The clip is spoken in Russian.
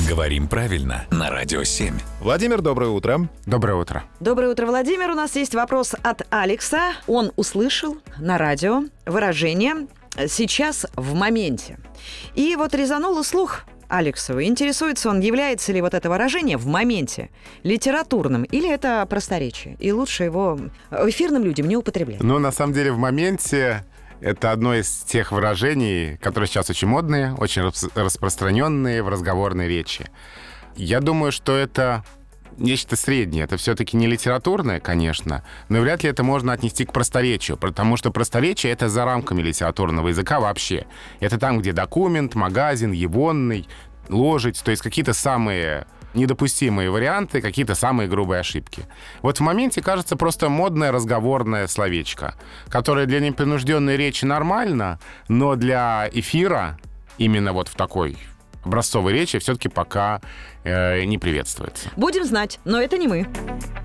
Говорим правильно на Радио 7. Владимир, доброе утро. Доброе утро. Доброе утро, Владимир. У нас есть вопрос от Алекса. Он услышал на радио выражение «сейчас в моменте». И вот резануло слух Алексу. Интересуется он, является ли вот это выражение «в моменте» литературным или это просторечие. И лучше его эфирным людям не употреблять. Ну, на самом деле, в моменте это одно из тех выражений, которые сейчас очень модные, очень распространенные в разговорной речи. Я думаю, что это нечто среднее. Это все-таки не литературное, конечно, но вряд ли это можно отнести к просторечию, потому что просторечие — это за рамками литературного языка вообще. Это там, где документ, магазин, егонный, ложить, то есть какие-то самые недопустимые варианты, какие-то самые грубые ошибки. Вот в моменте кажется просто модное разговорное словечко, которое для непринужденной речи нормально, но для эфира именно вот в такой образцовой речи все-таки пока не приветствуется. Будем знать, но это не мы.